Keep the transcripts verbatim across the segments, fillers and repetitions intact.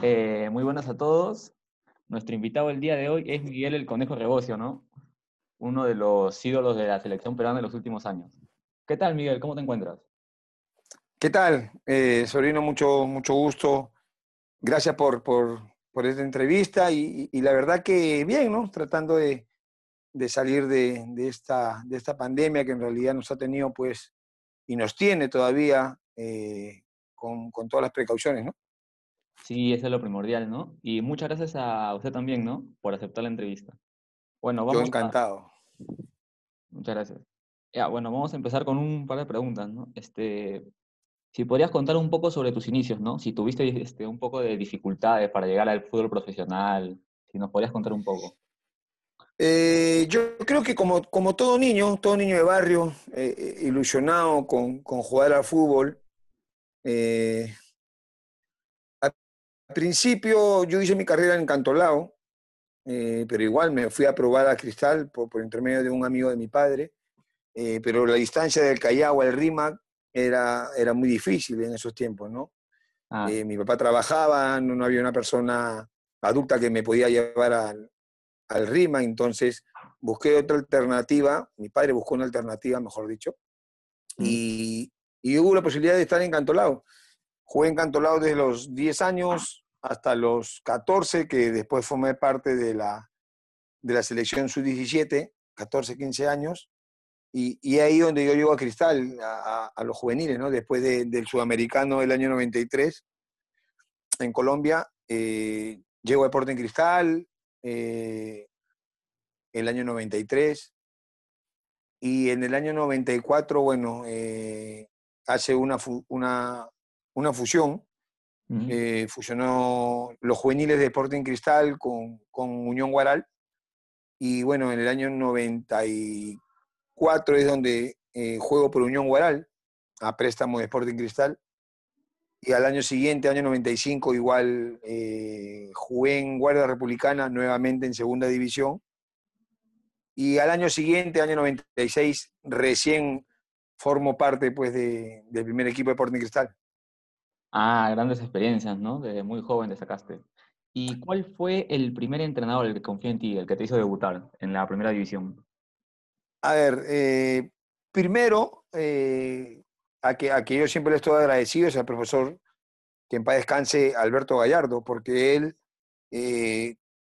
Eh, muy buenas a todos. Nuestro invitado el día de hoy es Miguel el Conejo Rebocio, ¿no? Uno de los ídolos de la selección peruana de los últimos años. ¿Qué tal, Miguel? ¿Cómo te encuentras? ¿Qué tal? Eh, sobrino, mucho, mucho gusto. Gracias por, por, por esta entrevista y, y la verdad que bien, ¿no? Tratando de, de salir de, de esta, de esta pandemia que en realidad nos ha tenido, pues, y nos tiene todavía eh, con, con todas las precauciones, ¿no? Sí, eso es lo primordial, ¿no? Y muchas gracias a usted también, ¿no? Por aceptar la entrevista. Bueno, Yo vamos a... encantado. Muchas gracias. Ya, bueno, vamos a empezar con un par de preguntas, ¿no? Este, si podrías contar un poco sobre tus inicios, ¿no? Si tuviste este, un poco de dificultades para llegar al fútbol profesional, si nos podrías contar un poco. Eh, yo creo que como, como todo niño, todo niño de barrio, eh, eh, ilusionado con, con jugar al fútbol, eh, al principio yo hice mi carrera en Cantolao, eh, pero igual me fui a probar a Cristal por, por intermedio de un amigo de mi padre, eh, pero la distancia del Callao al Rímac era, era muy difícil en esos tiempos, ¿no? Ah, Eh, mi papá trabajaba, no, no había una persona adulta que me podía llevar al, al Rímac, entonces busqué otra alternativa, mi padre buscó una alternativa, mejor dicho, mm, y, y hubo la posibilidad de estar en Cantolao. Jugué en Cantolao desde los diez años hasta los catorce, que después formé parte de la, de la selección sub diecisiete, catorce, quince años, y, y ahí donde yo llego a Cristal, a, a, a los juveniles, ¿no? Después de, del sudamericano del año noventa y tres en Colombia, eh, llego a Deportes Cristal eh, el año noventa y tres, y en el año noventa y cuatro, bueno, eh, hace una, fu una, una fusión, mm. eh, fusionó los juveniles de Sporting Cristal con, con Unión Guaral, y bueno, en el año noventa y cuatro es donde eh, juego por Unión Guaral, a préstamo de Sporting Cristal, y al año siguiente, año noventa y cinco, igual eh, jugué en Guardia Republicana nuevamente en segunda división, y al año siguiente, año noventa y seis, recién formo parte, pues, de, del primer equipo de Sporting Cristal. Ah, grandes experiencias, ¿no? Desde muy joven te sacaste. ¿Y cuál fue el primer entrenador el que confió en ti, el que te hizo debutar en la primera división? A ver, eh, primero, eh, a, que, a que yo siempre le estoy agradecido es al profesor, que en paz descanse, Alberto Gallardo, porque él eh,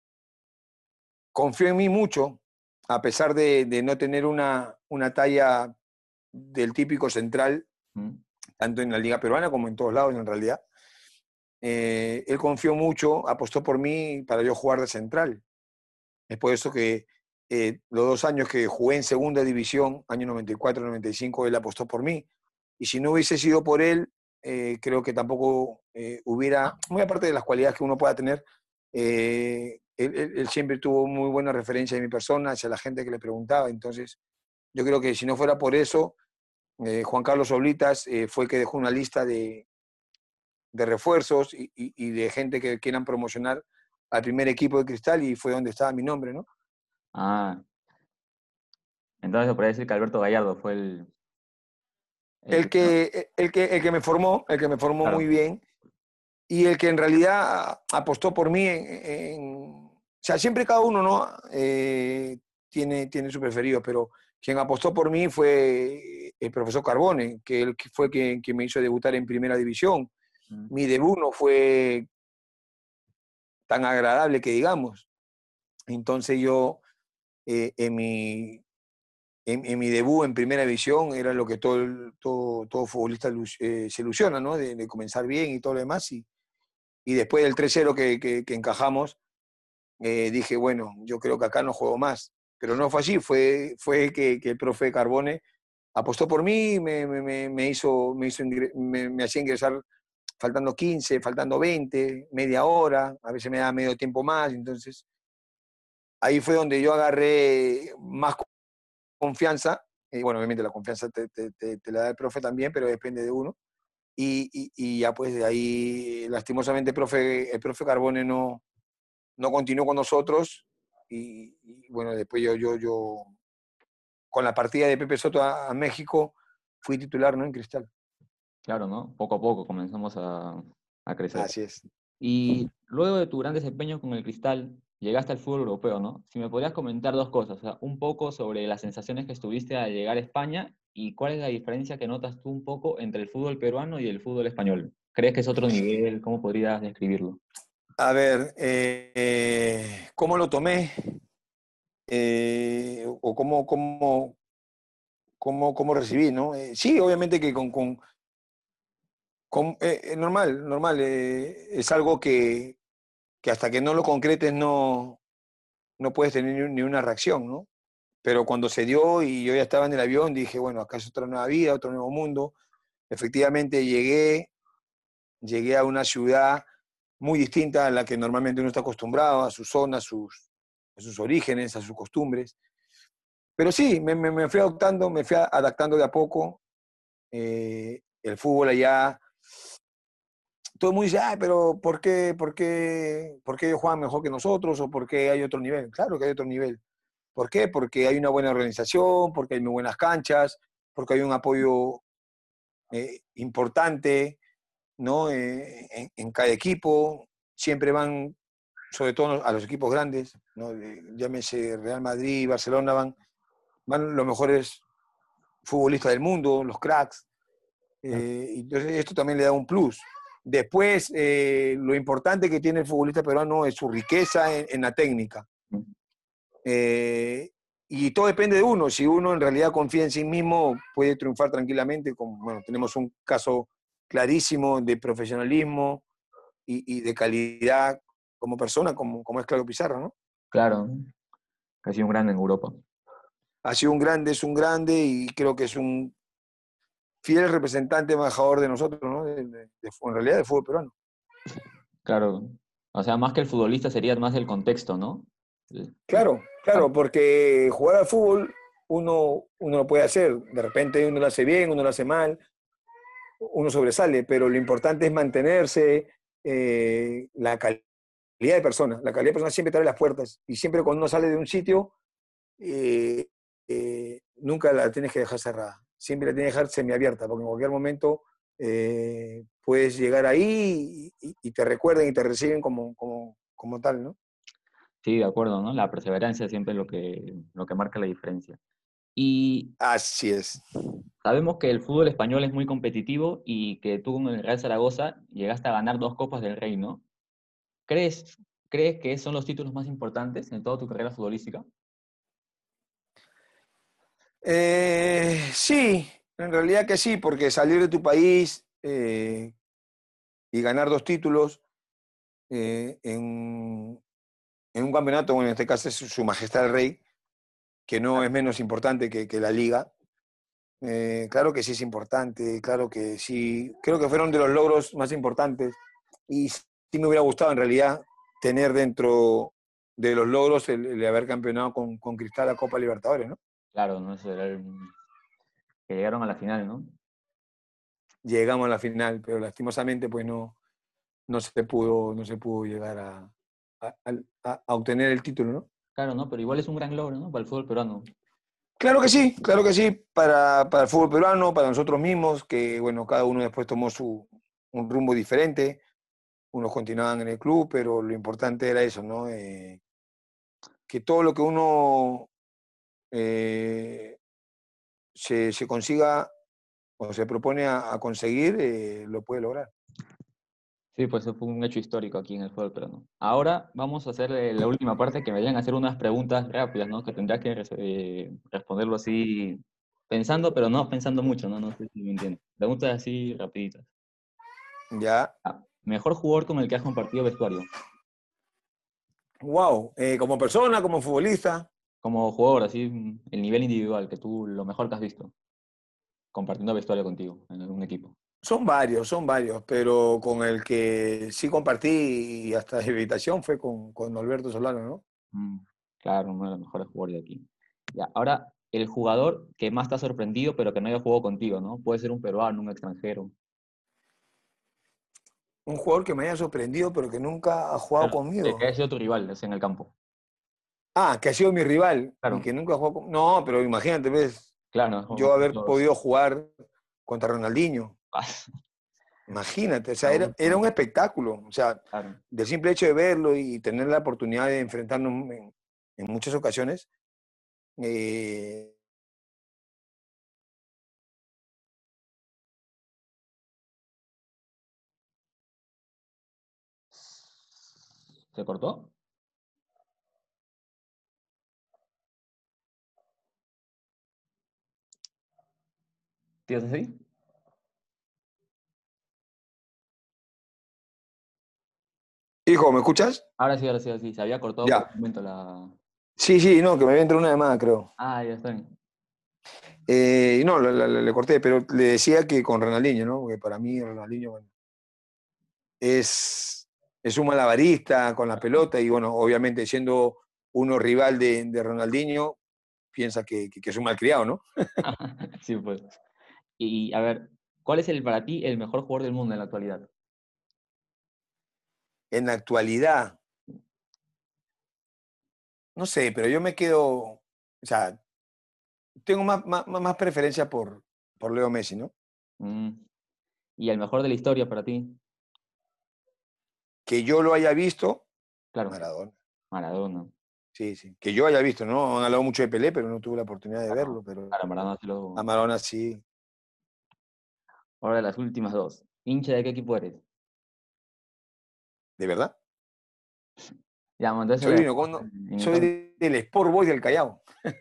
confió en mí mucho, a pesar de, de no tener una, una talla del típico central, ¿Mm? tanto en la Liga Peruana como en todos lados en realidad. Eh, él confió mucho, apostó por mí para yo jugar de central. Es por eso que eh, los dos años que jugué en segunda división, año noventa y cuatro noventa y cinco, él apostó por mí. Y si no hubiese sido por él, eh, creo que tampoco eh, hubiera, muy aparte de las cualidades que uno pueda tener, eh, él, él, él siempre tuvo muy buena referencia de mi persona hacia la gente que le preguntaba. Entonces, yo creo que si no fuera por eso, eh, Juan Carlos Oblitas eh, fue el que dejó una lista de, de refuerzos y, y, y, de gente que quieran promocionar al primer equipo de Cristal, y fue donde estaba mi nombre, ¿no? Ah, entonces se podría decir que Alberto Gallardo fue el, el El primero. que, el, que, el que me formó, el que me formó muy Claro. bien, y el que en realidad apostó por mí en, en o sea, siempre cada uno, ¿no? Eh, tiene, tiene su preferido, pero quien apostó por mí fue el profesor Carbone, que él fue quien, quien me hizo debutar en primera división. Mm. Mi debut no fue tan agradable que digamos. Entonces yo, eh, en, mi, en, en, mi debut en primera división, era lo que todo, todo, todo futbolista eh, se ilusiona, ¿no? De, de comenzar bien y todo lo demás. Y, y después del tres cero que, que, que encajamos, eh, dije, bueno, yo creo que acá no juego más. Pero no fue así, fue, fue que, que el profe Carbone apostó por mí, me, me, me hizo, me, hizo me, me hacía ingresar faltando quince, faltando veinte, media hora, a veces me daba medio tiempo más. Entonces ahí fue donde yo agarré más confianza. Y bueno, obviamente la confianza te, te, te, te la da el profe también, pero depende de uno. Y, y, y ya pues de ahí, lastimosamente, el profe, el profe Carbone no, no continuó con nosotros. Y, y bueno, después yo, yo, yo, con la partida de Pepe Soto a, a México, fui titular, ¿no? En Cristal. Claro, ¿no? Poco a poco comenzamos a, a crecer. Así es. Y luego de tu gran desempeño con el Cristal, llegaste al fútbol europeo, ¿no? Si me podrías comentar dos cosas, o sea, un poco sobre las sensaciones que estuviste al llegar a España y cuál es la diferencia que notas tú un poco entre el fútbol peruano y el fútbol español. ¿Crees que es otro nivel? ¿Cómo podrías describirlo? A ver, eh, eh, ¿cómo lo tomé? Eh, o cómo, cómo, cómo, cómo recibí, ¿no? Eh, sí, obviamente que con, con, con eh, eh, normal, normal, eh, es algo que, que hasta que no lo concretes no, no puedes tener ni, ni una reacción, ¿no? Pero cuando se dio y yo ya estaba en el avión, dije, bueno, acá es otra nueva vida, otro nuevo mundo. Efectivamente llegué, llegué a una ciudad muy distinta a la que normalmente uno está acostumbrado, a su zona, a sus, a sus orígenes, a sus costumbres. Pero sí, me, me, me fui adoptando, me fui adaptando de a poco. Eh, el fútbol allá, todo el mundo dice, ah, pero ¿por qué, por qué, por qué ellos juegan mejor que nosotros o por qué hay otro nivel? Claro que hay otro nivel. ¿Por qué? Porque hay una buena organización, porque hay muy buenas canchas, porque hay un apoyo eh, importante, ¿no? Eh, en, en, cada equipo. Siempre van, sobre todo a los equipos grandes, ¿no? Eh, llámese Real Madrid, Barcelona, van, van los mejores futbolistas del mundo, los cracks. Eh, entonces esto también le da un plus. Después, eh, lo importante que tiene el futbolista peruano es su riqueza en, en la técnica. Eh, y todo depende de uno. Si uno en realidad confía en sí mismo, puede triunfar tranquilamente. Como, bueno, tenemos un caso clarísimo de profesionalismo y, y de calidad como persona, como, como es Claudio Pizarro, ¿no? Claro, casi un grande en Europa. Ha sido un grande, es un grande y creo que es un fiel representante, embajador de nosotros, ¿no? De, de, de, en realidad del fútbol peruano. Claro, o sea, más que el futbolista sería más el contexto, ¿no? El, el... Claro, claro, porque jugar al fútbol uno, uno lo puede hacer. De repente uno lo hace bien, uno lo hace mal, uno sobresale, pero lo importante es mantenerse, eh, la calidad de persona. La calidad de persona siempre te abre las puertas y siempre cuando uno sale de un sitio, eh, eh, nunca la tienes que dejar cerrada. Siempre la tienes que dejar semiabierta, porque en cualquier momento eh, puedes llegar ahí y, y, y, te recuerden y te reciben como, como, como tal, ¿no? Sí, de acuerdo, ¿no? La perseverancia siempre es lo que, lo que marca la diferencia. Y así es. Sabemos que el fútbol español es muy competitivo y que tú con el Real Zaragoza llegaste a ganar dos Copas del Rey, ¿no? ¿Crees, ¿Crees que son los títulos más importantes en toda tu carrera futbolística? Eh, sí, en realidad que sí, porque salir de tu país eh, y ganar dos títulos eh, en, en, un campeonato, bueno, en este caso es Su Majestad el Rey, que no es menos importante que, que la Liga. Eh, claro que sí es importante, claro que sí, creo que fueron de los logros más importantes y sí me hubiera gustado en realidad tener dentro de los logros el, el haber campeonado con, con Cristal la Copa Libertadores, ¿no? Claro, ¿no? Eso era el... que llegaron a la final, ¿no? Llegamos a la final, pero lastimosamente pues no, no se pudo, no se pudo llegar a, a, a, a obtener el título, ¿no? Claro, ¿no? Pero igual es un gran logro, ¿no? Para el fútbol peruano. Claro que sí, claro que sí, para, para el fútbol peruano, para nosotros mismos, que bueno, cada uno después tomó su, un rumbo diferente, unos continuaban en el club, pero lo importante era eso, ¿no? Eh, que todo lo que uno eh, se, se, consiga o se propone a, a conseguir, eh, lo puede lograr. Sí, pues eso fue un hecho histórico aquí en el fútbol peruano. Ahora vamos a hacer eh, la última parte, que me vayan a hacer unas preguntas rápidas, ¿no? Que tendrás que eh, responderlo así, pensando, pero no pensando mucho, ¿no? No sé si me entiendes. Preguntas así rapiditas. Ya. Ah, mejor jugador con el que has compartido vestuario. Wow, eh, como persona, como futbolista. Como jugador, así, el nivel individual, que tú, lo mejor que has visto, compartiendo vestuario contigo en un equipo. Son varios, son varios, pero con el que sí compartí y hasta de habitación fue con, con Alberto Solano, ¿no? Mm, claro, uno de los mejores jugadores de aquí. Ya, ahora, el jugador que más te ha sorprendido, pero que no haya jugado contigo, ¿no? Puede ser un peruano, un extranjero. Un jugador que me haya sorprendido, pero que nunca ha jugado Claro, que, que conmigo. haya sido tu rival, es en el campo. Ah, que ha sido mi rival y Claro, que nunca ha jugado conmigo. No, pero imagínate, ¿ves? claro, Yo jugamos haber todos. podido jugar contra Ronaldinho. Imagínate, o sea, La era, era última, un espectáculo. O sea, claro. del simple hecho de verlo y tener la oportunidad de enfrentarnos en, en muchas ocasiones, eh, ¿Se cortó? ¿Tienes así? hijo, ¿me escuchas? Ahora sí, ahora sí, ahora sí. Se había cortado por Ya. un momento la... Sí, sí, no, que me había entrado una llamada, creo. Ah, ya está bien. Eh, no, la- la- la- le corté, pero le decía que con Ronaldinho, ¿no? Porque para mí Ronaldinho, bueno, es, es un malabarista con la pelota y, bueno, obviamente siendo uno rival de, de Ronaldinho, piensa que, que, que es un malcriado, ¿no? Sí, pues. Y a ver, ¿cuál es el para ti el mejor jugador del mundo en la actualidad? En la actualidad, no sé, pero yo me quedo, o sea, tengo más, más, más preferencia por, por Leo Messi, ¿no? Mm, ¿Y el mejor de la historia para ti? Que yo lo haya visto, Claro, Maradona. Maradona. Sí, sí. Que yo haya visto, ¿no? Han hablado mucho de Pelé, pero no tuve la oportunidad de Claro, verlo, pero claro, Maradona sí a lo... Maradona sí. Ahora las últimas dos. ¿Hincha de qué equipo eres? ¿De verdad? Ya, bueno, entonces la Soy, dejamos no, en, en soy incógnito. de- del Sport Boys del Callao.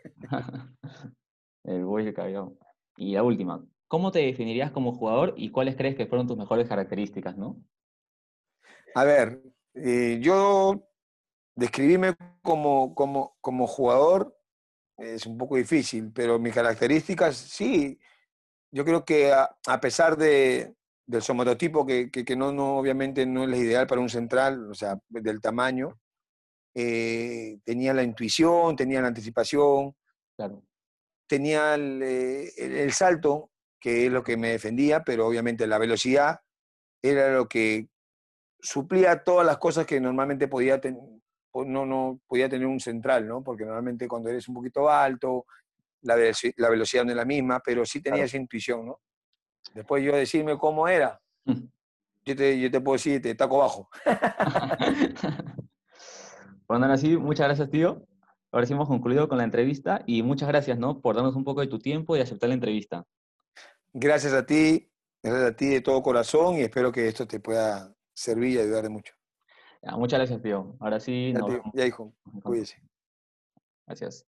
El Boy de Callao. Y la última. ¿Cómo te definirías como jugador y cuáles crees que fueron tus mejores características, no? A ver, eh, yo describirme como, como, como jugador es un poco difícil, pero mis características sí. Yo creo que a, a pesar de, del somatotipo, que, que, que no, no, obviamente no es la ideal para un central, o sea, del tamaño, eh, tenía la intuición, tenía la anticipación, Claro, tenía el, eh, el, el salto, que es lo que me defendía, pero obviamente la velocidad era lo que suplía todas las cosas que normalmente podía tener, no, no podía tener un central, ¿no? Porque normalmente cuando eres un poquito alto, la, la velocidad no es la misma, pero sí tenía claro. esa intuición, ¿no? Después yo decirme cómo era, yo te, yo te puedo decir, te taco bajo. Bueno, ahora sí, muchas gracias, tío. Ahora sí hemos concluido con la entrevista y muchas gracias, ¿no? Por darnos un poco de tu tiempo y aceptar la entrevista. Gracias a ti, gracias a ti de todo corazón y espero que esto te pueda servir y ayudar de mucho. Ya, muchas gracias, tío. Ahora sí, Ya, nos tío, vemos ya hijo, en contacto. cuídese. Gracias.